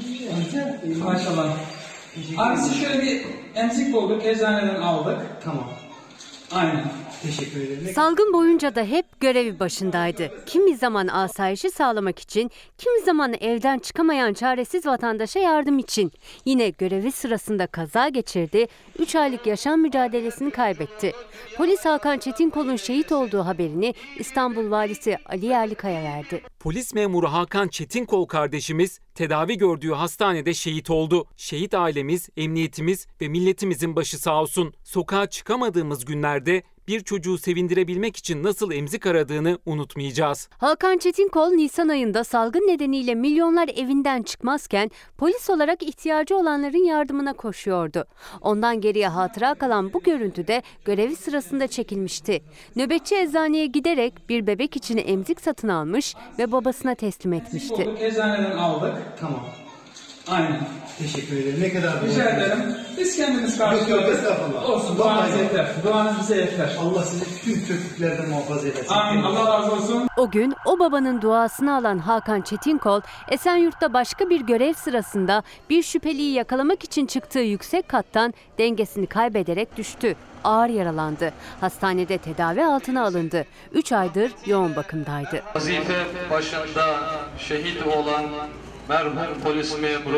Maşallah. Abisi şöyle bir emzik bulduk, eczaneden aldık. Tamam. Aynen. Teşekkür ederim. Salgın boyunca da hep görevi başındaydı. Kimi zaman asayişi sağlamak için, kimi zaman evden çıkamayan çaresiz vatandaşa yardım için. Yine görevi sırasında kaza geçirdi, üç aylık yaşam mücadelesini kaybetti. Polis Hakan Çetinkol'un şehit olduğu haberini İstanbul Valisi Ali Yerlikaya verdi. Polis memuru Hakan Çetinkol kardeşimiz tedavi gördüğü hastanede şehit oldu. Şehit ailemiz, emniyetimiz ve milletimizin başı sağ olsun. Sokağa çıkamadığımız günlerde bir çocuğu sevindirebilmek için nasıl emzik aradığını unutmayacağız. Hakan Çetinkol Nisan ayında salgın nedeniyle milyonlar evinden çıkmazken polis olarak ihtiyacı olanların yardımına koşuyordu. Ondan geriye hatıra kalan bu görüntü de görevi sırasında çekilmişti. Nöbetçi eczaneye giderek bir bebek için emzik satın almış ve babasına teslim etmişti. Eczaneden aldık. Tamam. Aynen. Teşekkür ederim. Ne kadar rica ederim. Biz kendimiz karşılıyoruz. Olsun. Duanız yeter. Duanız bize yeter. Allah sizi tüm kötülüklerden muhafaza eylesin. Amin. Allah razı olsun. O gün o babanın duasını alan Hakan Çetinkol, Esenyurt'ta başka bir görev sırasında bir şüpheliyi yakalamak için çıktığı yüksek kattan dengesini kaybederek düştü. Ağır yaralandı. Hastanede tedavi altına alındı. üç aydır yoğun bakımdaydı. Vazife başında şehit olan merhum polis memuru.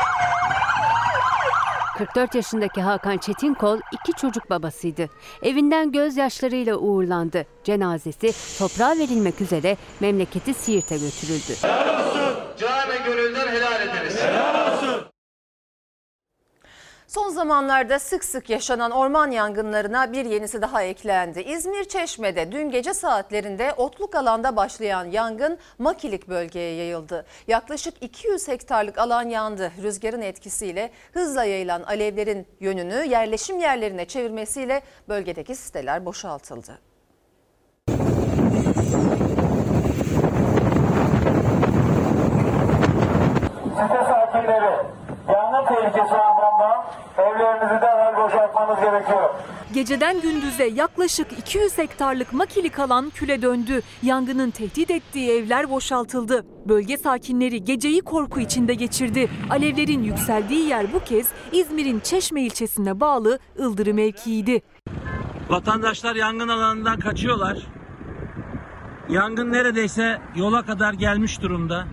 kırk dört yaşındaki Hakan Çetinkol iki çocuk babasıydı. Evinden gözyaşlarıyla uğurlandı. Cenazesi toprağa verilmek üzere memleketi Siirt'e götürüldü. Helal olsun. Cane gönülden helal ederiz. Helal olsun. Son zamanlarda sık sık yaşanan orman yangınlarına bir yenisi daha eklendi. İzmir Çeşme'de dün gece saatlerinde otluk alanda başlayan yangın Makilik bölgeye yayıldı. Yaklaşık iki yüz hektarlık alan yandı. Rüzgarın etkisiyle hızla yayılan alevlerin yönünü yerleşim yerlerine çevirmesiyle bölgedeki siteler boşaltıldı. Site sakinleri, yangın tehlikesi olduğundan evlerinizi derhal boşaltmanız gerekiyor. Geceden gündüze yaklaşık iki yüz hektarlık Makilik alan küle döndü. Yangının tehdit ettiği evler boşaltıldı. Bölge sakinleri geceyi korku içinde geçirdi. Alevlerin yükseldiği yer bu kez İzmir'in Çeşme ilçesine bağlı Ildırı mevkiiydi. Vatandaşlar yangın alanından kaçıyorlar. Yangın neredeyse yola kadar gelmiş durumda.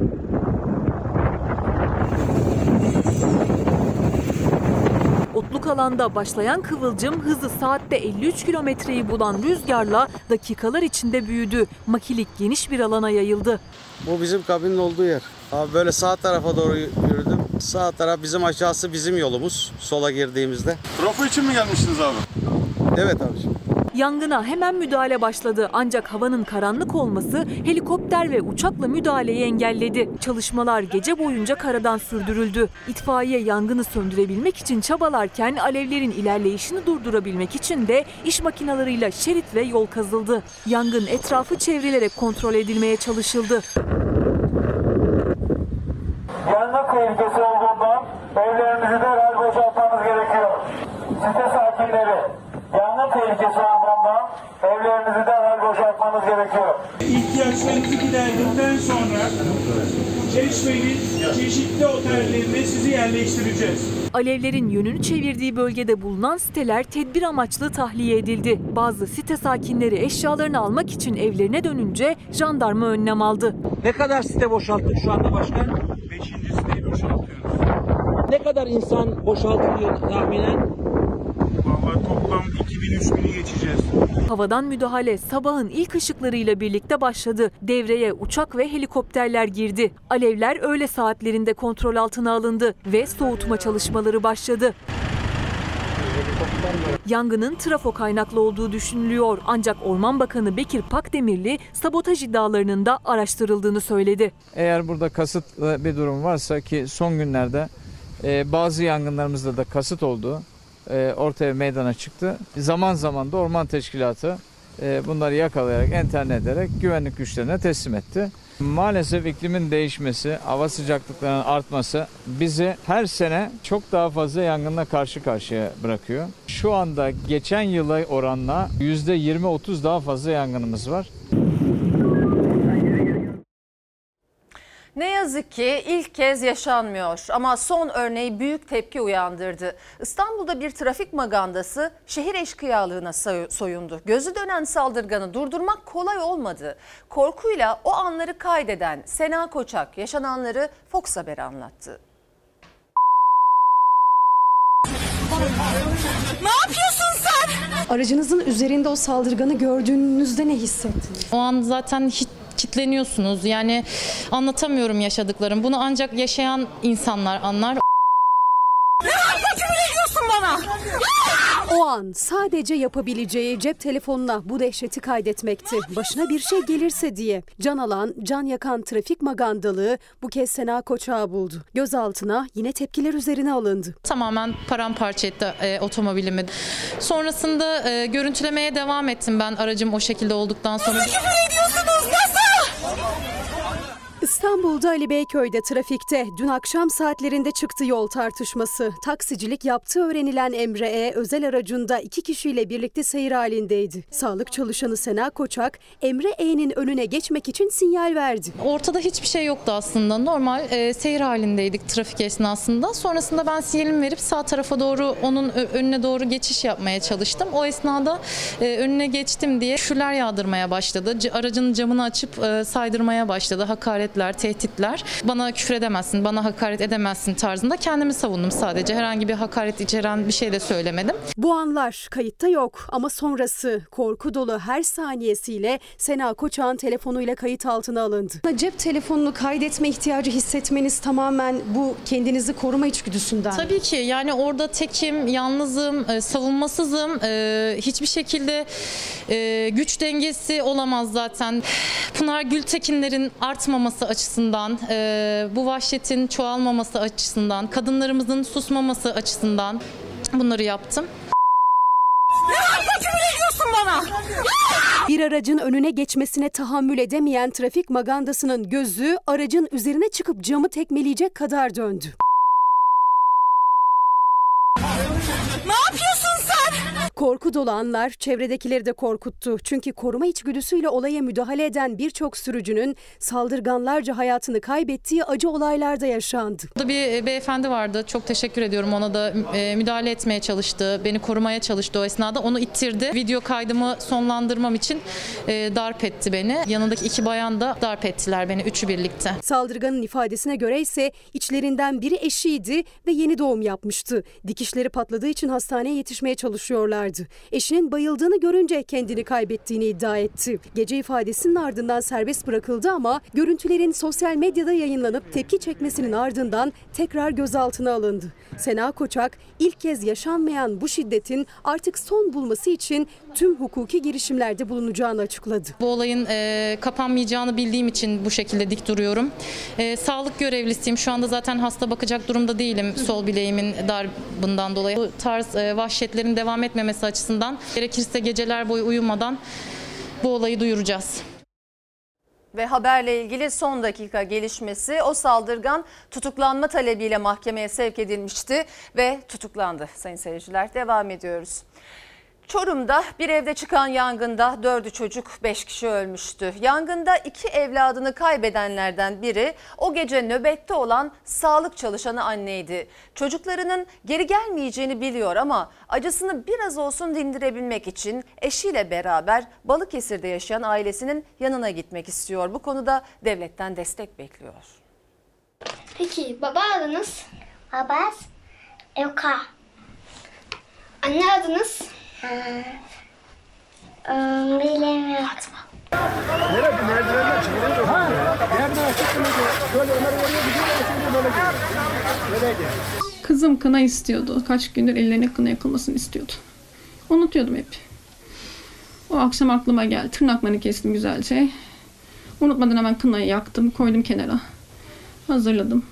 Otluk alanda başlayan kıvılcım hızı saatte elli üç kilometreyi bulan rüzgarla dakikalar içinde büyüdü. Makilik geniş bir alana yayıldı. Bu bizim kabinin olduğu yer. Abi böyle sağ tarafa doğru yürüdüm. Sağ taraf bizim, aşağısı bizim yolumuz sola girdiğimizde. Trafo için mi gelmiştiniz abi? Evet abiciğim. Yangına hemen müdahale başladı ancak havanın karanlık olması helikopter ve uçakla müdahaleyi engelledi. Çalışmalar gece boyunca karadan sürdürüldü. İtfaiye yangını söndürebilmek için çabalarken alevlerin ilerleyişini durdurabilmek için de iş makinalarıyla şerit ve yol kazıldı. Yangın etrafı çevrilerek kontrol edilmeye çalışıldı. Yangın tehlikesi olduğundan evlerinizi derhal boşaltmanız gerekiyor. Site sakinleri, yangın tehlikesi olduğundan evlerinizi derhal boşaltmanız gerekiyor. İhtiyaçlarınızı giderdikten sonra Çeşme'nin çeşitli otellerine sizi yerleştireceğiz. Alevlerin yönünü çevirdiği bölgede bulunan siteler tedbir amaçlı tahliye edildi. Bazı site sakinleri eşyalarını almak için evlerine dönünce jandarma önlem aldı. Ne kadar site boşalttık şu anda başkan? Beşinci siteyi boşaltıyoruz. Ne kadar insan boşaltılıyor tahminen? Vallahi toplam iki bin üç bini geçeceğiz. Havadan müdahale sabahın ilk ışıklarıyla birlikte başladı. Devreye uçak ve helikopterler girdi. Alevler öğle saatlerinde kontrol altına alındı ve soğutma çalışmaları başladı. Yangının trafo kaynaklı olduğu düşünülüyor. Ancak Orman Bakanı Bekir Pakdemirli sabotaj iddialarının da araştırıldığını söyledi. Eğer burada kasıtlı bir durum varsa, ki son günlerde e, bazı yangınlarımızda da kasıt olduğu e, ortaya meydana çıktı. Zaman zaman da Orman Teşkilatı e, bunları yakalayarak, enterne ederek güvenlik güçlerine teslim etti. Maalesef iklimin değişmesi, hava sıcaklıklarının artması bizi her sene çok daha fazla yangınla karşı karşıya bırakıyor. Şu anda geçen yıla oranla yüzde yirmi otuz daha fazla yangınımız var. Ne yazık ki ilk kez yaşanmıyor ama son örneği büyük tepki uyandırdı. İstanbul'da bir trafik magandası şehir eşkıyalığına soyundu. Gözü dönen saldırganı durdurmak kolay olmadı. Korkuyla o anları kaydeden Sena Koçak yaşananları Fox Haber'e anlattı. Ne yapıyorsun sen? Aracınızın üzerinde o saldırganı gördüğünüzde ne hissettiniz? O an zaten hiç kitleniyorsunuz. Yani anlatamıyorum yaşadıklarım. Bunu ancak yaşayan insanlar anlar. Ne yapmak ediyorsun bana? O an sadece yapabileceği cep telefonuna bu dehşeti kaydetmekti. Başına bir şey gelirse diye. Can alan, can yakan trafik magandalığı bu kez Sena Koçak'ı buldu. Gözaltına yine tepkiler üzerine alındı. Tamamen paramparça etti e, otomobilimi. Sonrasında e, görüntülemeye devam ettim ben aracım o şekilde olduktan sonra. Nasıl küfür ediyorsunuz? Nasıl? İstanbul'da Ali Beyköy'de trafikte dün akşam saatlerinde çıktı yol tartışması. Taksicilik yaptığı öğrenilen Emre E. özel aracında iki kişiyle birlikte seyir halindeydi. Sağlık çalışanı Sena Koçak, Emre E.'nin önüne geçmek için sinyal verdi. Ortada hiçbir şey yoktu aslında. Normal e, seyir halindeydik trafik esnasında. Sonrasında ben sinyalimi verip sağ tarafa doğru onun önüne doğru geçiş yapmaya çalıştım. O esnada e, önüne geçtim diye küfürler yağdırmaya başladı. C- aracın camını açıp e, saydırmaya başladı. Hakaret tehditler. Bana küfür edemezsin, bana hakaret edemezsin tarzında kendimi savundum sadece. Herhangi bir hakaret içeren bir şey de söylemedim. Bu anlar kayıtta yok ama sonrası korku dolu her saniyesiyle Sena Koçak'ın telefonuyla kayıt altına alındı. Cep telefonunu kaydetme ihtiyacı hissetmeniz tamamen bu kendinizi koruma içgüdüsünden. Tabii ki yani orada tekim, yalnızım, savunmasızım. Hiçbir şekilde güç dengesi olamaz zaten. Pınar Gültekinlerin artmaması açısından, e, bu vahşetin çoğalmaması açısından, kadınlarımızın susmaması açısından bunları yaptım. Ne yapmak ediyorsun bana? Bir aracın önüne geçmesine tahammül edemeyen trafik magandasının gözü aracın üzerine çıkıp camı tekmeleyecek kadar döndü. Ne yapıyorsun sen? Korku dolu anlar çevredekileri de korkuttu. Çünkü koruma içgüdüsüyle olaya müdahale eden birçok sürücünün saldırganlarca hayatını kaybettiği acı olaylar da yaşandı. Burada bir beyefendi vardı. Çok teşekkür ediyorum. Ona da müdahale etmeye çalıştı. Beni korumaya çalıştı o esnada. Onu ittirdi. Video kaydımı sonlandırmam için darp etti beni. Yanındaki iki bayan da darp ettiler beni. Üçü birlikte. Saldırganın ifadesine göre ise içlerinden biri eşiydi ve yeni doğum yapmıştı. Dikişleri patladığı için hastaneye yetişmeye çalışıyorlardı. Eşinin bayıldığını görünce kendini kaybettiğini iddia etti. Gece ifadesinin ardından serbest bırakıldı ama görüntülerin sosyal medyada yayınlanıp tepki çekmesinin ardından tekrar gözaltına alındı. Sena Koçak ilk kez yaşanmayan bu şiddetin artık son bulması için tüm hukuki girişimlerde bulunacağını açıkladı. Bu olayın e, kapanmayacağını bildiğim için bu şekilde dik duruyorum. E, sağlık görevlisiyim. Şu anda zaten hasta bakacak durumda değilim sol bileğimin darbından dolayı. Bu tarz e, vahşetlerin devam etmemesi açısından gerekirse geceler boyu uyumadan bu olayı duyuracağız. Ve haberle ilgili son dakika gelişmesi, o saldırgan tutuklanma talebiyle mahkemeye sevk edilmişti ve tutuklandı. Sayın seyirciler, devam ediyoruz. Çorum'da bir evde çıkan yangında dördü çocuk, beş kişi ölmüştü. Yangında iki evladını kaybedenlerden biri o gece nöbette olan sağlık çalışanı anneydi. Çocuklarının geri gelmeyeceğini biliyor ama acısını biraz olsun dindirebilmek için eşiyle beraber Balıkesir'de yaşayan ailesinin yanına gitmek istiyor. Bu konuda devletten destek bekliyor. Peki baba adınız? Abbas. Evka. Anne adınız? Bilemiyorum. Kızım kına istiyordu. Kaç gündür ellerine kına yakılmasını istiyordu. Unutuyordum hep. O akşam aklıma geldi. Tırnaklarını kestim güzelce. Unutmadan hemen kınayı yaktım. Koydum kenara. Hazırladım.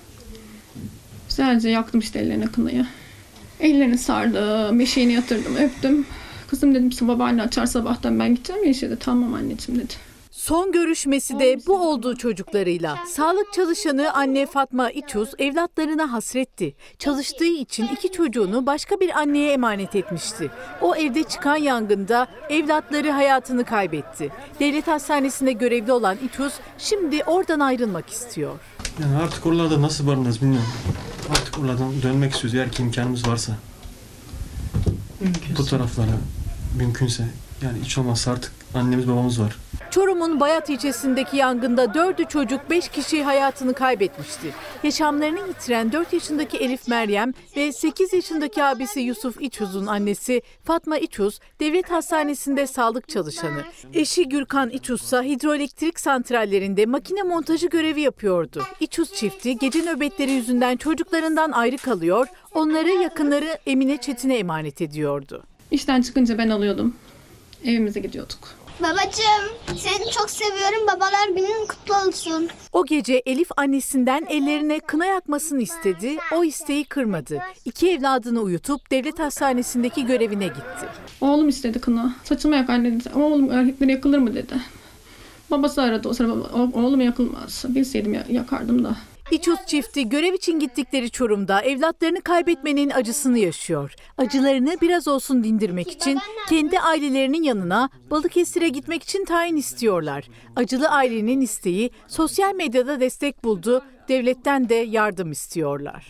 Güzelce yaktım işte ellerine kınayı. Ellerini sardım, beşiğini yatırdım, öptüm. Kızım dedim babaanne açar sabahtan ben gideceğim ya işte de tamam anneciğim dedi. Son görüşmesi de bu oldu çocuklarıyla. Sağlık çalışanı anne Fatma İçuz evlatlarına hasretti. Çalıştığı için iki çocuğunu başka bir anneye emanet etmişti. O evde çıkan yangında evlatları hayatını kaybetti. Devlet hastanesinde görevli olan İçuz şimdi oradan ayrılmak istiyor. Yani artık oralarda nasıl barınacağız bilmiyorum. Artık oralardan dönmek istiyoruz eğer ki imkanımız varsa. Mümkünse. Bu taraflara mümkünse. Yani hiç olmazsa artık annemiz babamız var. Çorum'un Bayat ilçesindeki yangında dördü çocuk, beş kişi hayatını kaybetmişti. Yaşamlarını yitiren dört yaşındaki Elif Meryem ve sekiz yaşındaki abisi Yusuf İçuz'un annesi Fatma İçuz devlet hastanesinde sağlık çalışanı. Eşi Gürkan İçuz ise hidroelektrik santrallerinde makine montajı görevi yapıyordu. İçuz çifti gece nöbetleri yüzünden çocuklarından ayrı kalıyor, onları yakınları Emine Çetin'e emanet ediyordu. İşten çıkınca ben alıyordum. Evimize gidiyorduk. Babacığım seni çok seviyorum. Babalar günün kutlu olsun. O gece Elif annesinden ellerine kına yakmasını istedi. O isteği kırmadı. İki evladını uyutup devlet hastanesindeki görevine gitti. Oğlum istedi kına. Saçımı yak anne dedi. Oğlum erkekleri yakılır mı dedi. Babası aradı o sırada. Oğlum yakılmaz. Bilseydim yakardım da. İçuz çifti görev için gittikleri Çorum'da evlatlarını kaybetmenin acısını yaşıyor. Acılarını biraz olsun dindirmek için kendi ailelerinin yanına Balıkesir'e gitmek için tayin istiyorlar. Acılı ailenin isteği sosyal medyada destek buldu, devletten de yardım istiyorlar.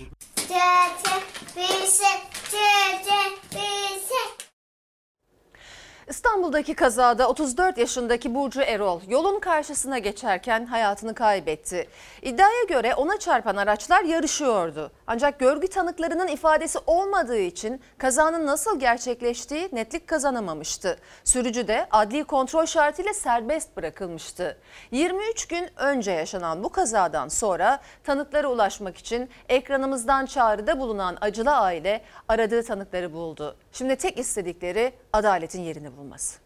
İstanbul'daki kazada otuz dört yaşındaki Burcu Erol yolun karşısına geçerken hayatını kaybetti. İddiaya göre ona çarpan araçlar yarışıyordu. Ancak görgü tanıklarının ifadesi olmadığı için kazanın nasıl gerçekleştiği netlik kazanamamıştı. Sürücü de adli kontrol şartıyla serbest bırakılmıştı. yirmi üç gün önce yaşanan bu kazadan sonra tanıklara ulaşmak için ekranımızdan çağrıda bulunan acılı aile aradığı tanıkları buldu. Şimdi tek istedikleri adaletin yerini bulması.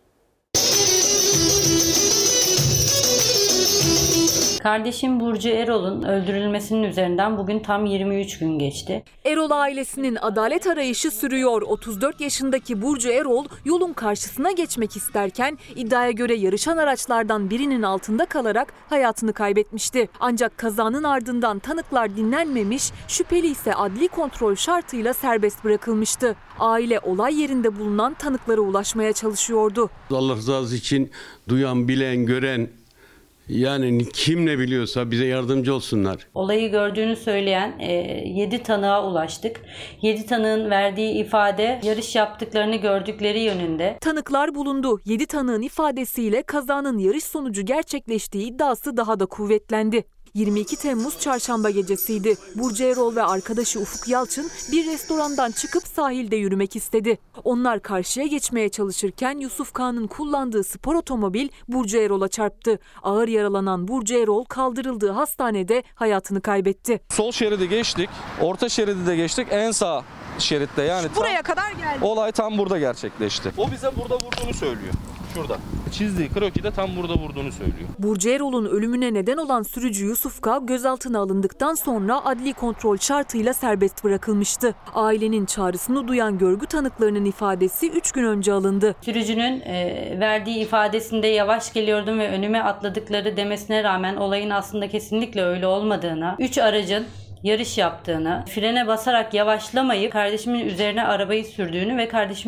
Kardeşim Burcu Erol'un öldürülmesinin üzerinden bugün tam yirmi üç gün geçti. Erol ailesinin adalet arayışı sürüyor. otuz dört yaşındaki Burcu Erol yolun karşısına geçmek isterken iddiaya göre yarışan araçlardan birinin altında kalarak hayatını kaybetmişti. Ancak kazanın ardından tanıklar dinlenmemiş, şüpheli ise adli kontrol şartıyla serbest bırakılmıştı. Aile olay yerinde bulunan tanıklara ulaşmaya çalışıyordu. Allah rızası için duyan, bilen, gören, yani kim ne biliyorsa bize yardımcı olsunlar. Olayı gördüğünü söyleyen yedi tanığa ulaştık. yedi tanığın verdiği ifade yarış yaptıklarını gördükleri yönünde. Tanıklar bulundu. yedi tanığın ifadesiyle kazanın yarış sonucu gerçekleştiği iddiası daha da kuvvetlendi. yirmi iki Temmuz çarşamba gecesiydi. Burcu Erol ve arkadaşı Ufuk Yalçın bir restorandan çıkıp sahilde yürümek istedi. Onlar karşıya geçmeye çalışırken Yusuf Kağan'ın kullandığı spor otomobil Burcu Erol'a çarptı. Ağır yaralanan Burcu Erol kaldırıldığı hastanede hayatını kaybetti. Sol şeridi geçtik, orta şeridi de geçtik, en sağ şeritte yani. Buraya kadar geldi. Olay tam burada gerçekleşti. O bize burada vurduğunu söylüyor. Şurada. Çizdiği krokide tam burada vurduğunu söylüyor. Burcu Erol'un ölümüne neden olan sürücü Yusuf K. gözaltına alındıktan sonra adli kontrol şartıyla serbest bırakılmıştı. Ailenin çağrısını duyan görgü tanıklarının ifadesi üç gün önce alındı. Sürücünün e, verdiği ifadesinde yavaş geliyordum ve önüme atladıkları demesine rağmen olayın aslında kesinlikle öyle olmadığını, üç aracın yarış yaptığını, frene basarak yavaşlamayıp kardeşimin üzerine arabayı sürdüğünü ve kardeşimin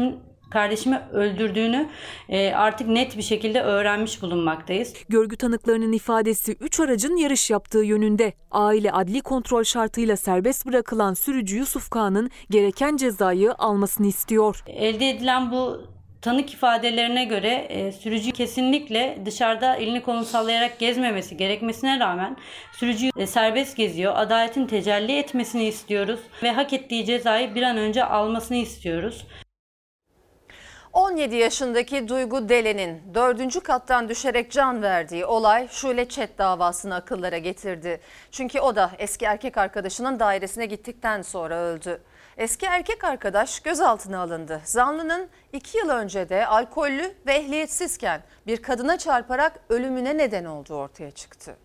kardeşimi öldürdüğünü e, artık net bir şekilde öğrenmiş bulunmaktayız. Görgü tanıklarının ifadesi üç aracın yarış yaptığı yönünde. Aile adli kontrol şartıyla serbest bırakılan sürücü Yusuf K'nın gereken cezayı almasını istiyor. Elde edilen bu tanık ifadelerine göre e, sürücü kesinlikle dışarıda elini kolunu sallayarak gezmemesi gerekmesine rağmen sürücü e, serbest geziyor. Adaletin tecelli etmesini istiyoruz ve hak ettiği cezayı bir an önce almasını istiyoruz. on yedi yaşındaki Duygu Delen'in dördüncü kattan düşerek can verdiği olay Şule Çet davasını akıllara getirdi. Çünkü o da eski erkek arkadaşının dairesine gittikten sonra öldü. Eski erkek arkadaş gözaltına alındı. Zanlının iki yıl önce de alkollü ve ehliyetsizken bir kadına çarparak ölümüne neden olduğu ortaya çıktı.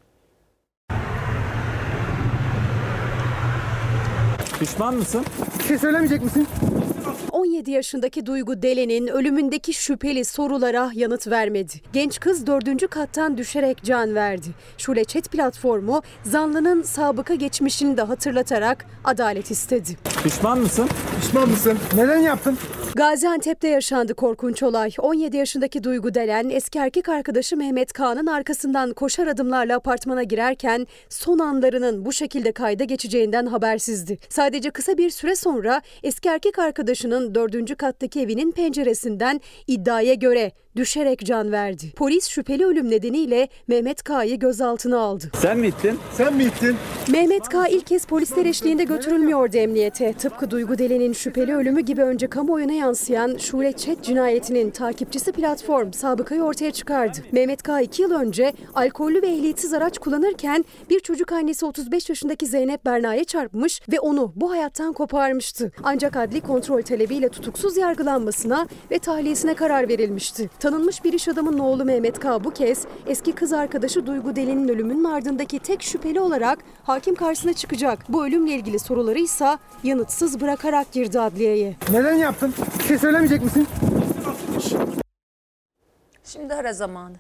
Pişman mısın? Bir şey söylemeyecek misin? on yedi yaşındaki Duygu Delen'in ölümündeki şüpheli sorulara yanıt vermedi. Genç kız dördüncü kattan düşerek can verdi. Şule Çet platformu zanlının sabıka geçmişini de hatırlatarak adalet istedi. Pişman mısın? Pişman mısın? Neden yaptın? Gaziantep'te yaşandı korkunç olay. on yedi yaşındaki Duygu Delen eski erkek arkadaşı Mehmet K'nın arkasından koşar adımlarla apartmana girerken son anlarının bu şekilde kayda geçeceğinden habersizdi. Sadece kısa bir süre sonra eski erkek arkadaşının dördüncü kattaki evinin penceresinden iddiaya göre düşerek can verdi. Polis şüpheli ölüm nedeniyle Mehmet K'yı gözaltına aldı. Sen mi ittin? Sen mi ittin? Mehmet K ilk kez polisler eşliğinde götürülmüyordu emniyete. Tıpkı Duygu Delen'in şüpheli ölümü gibi önce kamuoyuna yansıyan Şule Çet cinayetinin takipçisi platform sabıkayı ortaya çıkardı. Mehmet K iki yıl önce alkollü ve ehliyetsiz araç kullanırken bir çocuk annesi otuz beş yaşındaki Zeynep Berna'ya çarpmış ve onu bu hayattan koparmıştı. Ancak adli kontrol talebiyle tutuksuz yargılanmasına ve tahliyesine karar verilmişti. Tanınmış bir iş adamının oğlu Mehmet K bu kez eski kız arkadaşı Duygu Delen'in ölümünün ardındaki tek şüpheli olarak hakim karşısına çıkacak. Bu ölümle ilgili soruları ise yanıtsız bırakarak girdi adliyeye. Neden yaptın? Bir şey söylemeyecek misin? Şimdi ara zamanı.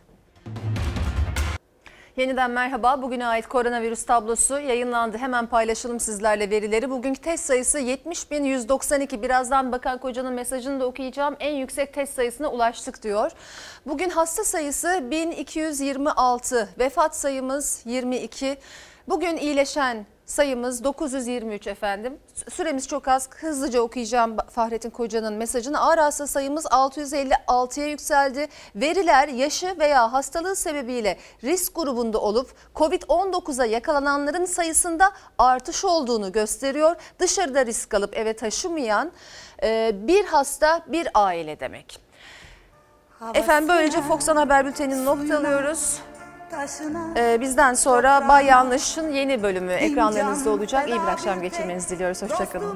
Yeniden merhaba. Bugüne ait koronavirüs tablosu yayınlandı. Hemen paylaşalım sizlerle verileri. Bugünkü test sayısı yetmiş bin yüz doksan iki. Birazdan Bakan Koca'nın mesajını da okuyacağım. En yüksek test sayısına ulaştık diyor. Bugün hasta sayısı bin iki yüz yirmi altı. Vefat sayımız yirmi iki. Bugün iyileşen sayımız dokuz yüz yirmi üç efendim. Süremiz çok az. Hızlıca okuyacağım Fahrettin Koca'nın mesajını. Ağır hasta sayımız altı yüz elli altıya yükseldi. Veriler yaşı veya hastalığı sebebiyle risk grubunda olup kovid on dokuza yakalananların sayısında artış olduğunu gösteriyor. Dışarıda risk alıp eve taşımayan bir hasta bir aile demek. Efendim böylece Fox Ana Haber Bülteni'ni noktalıyoruz. Ee, bizden sonra Bay Yanlış'ın yeni bölümü ekranlarınızda olacak. İyi bir akşam geçirmenizi diliyoruz. Hoşçakalın.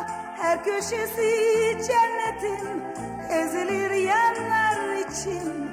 Her köşesi cennetin ezilir yanlar için.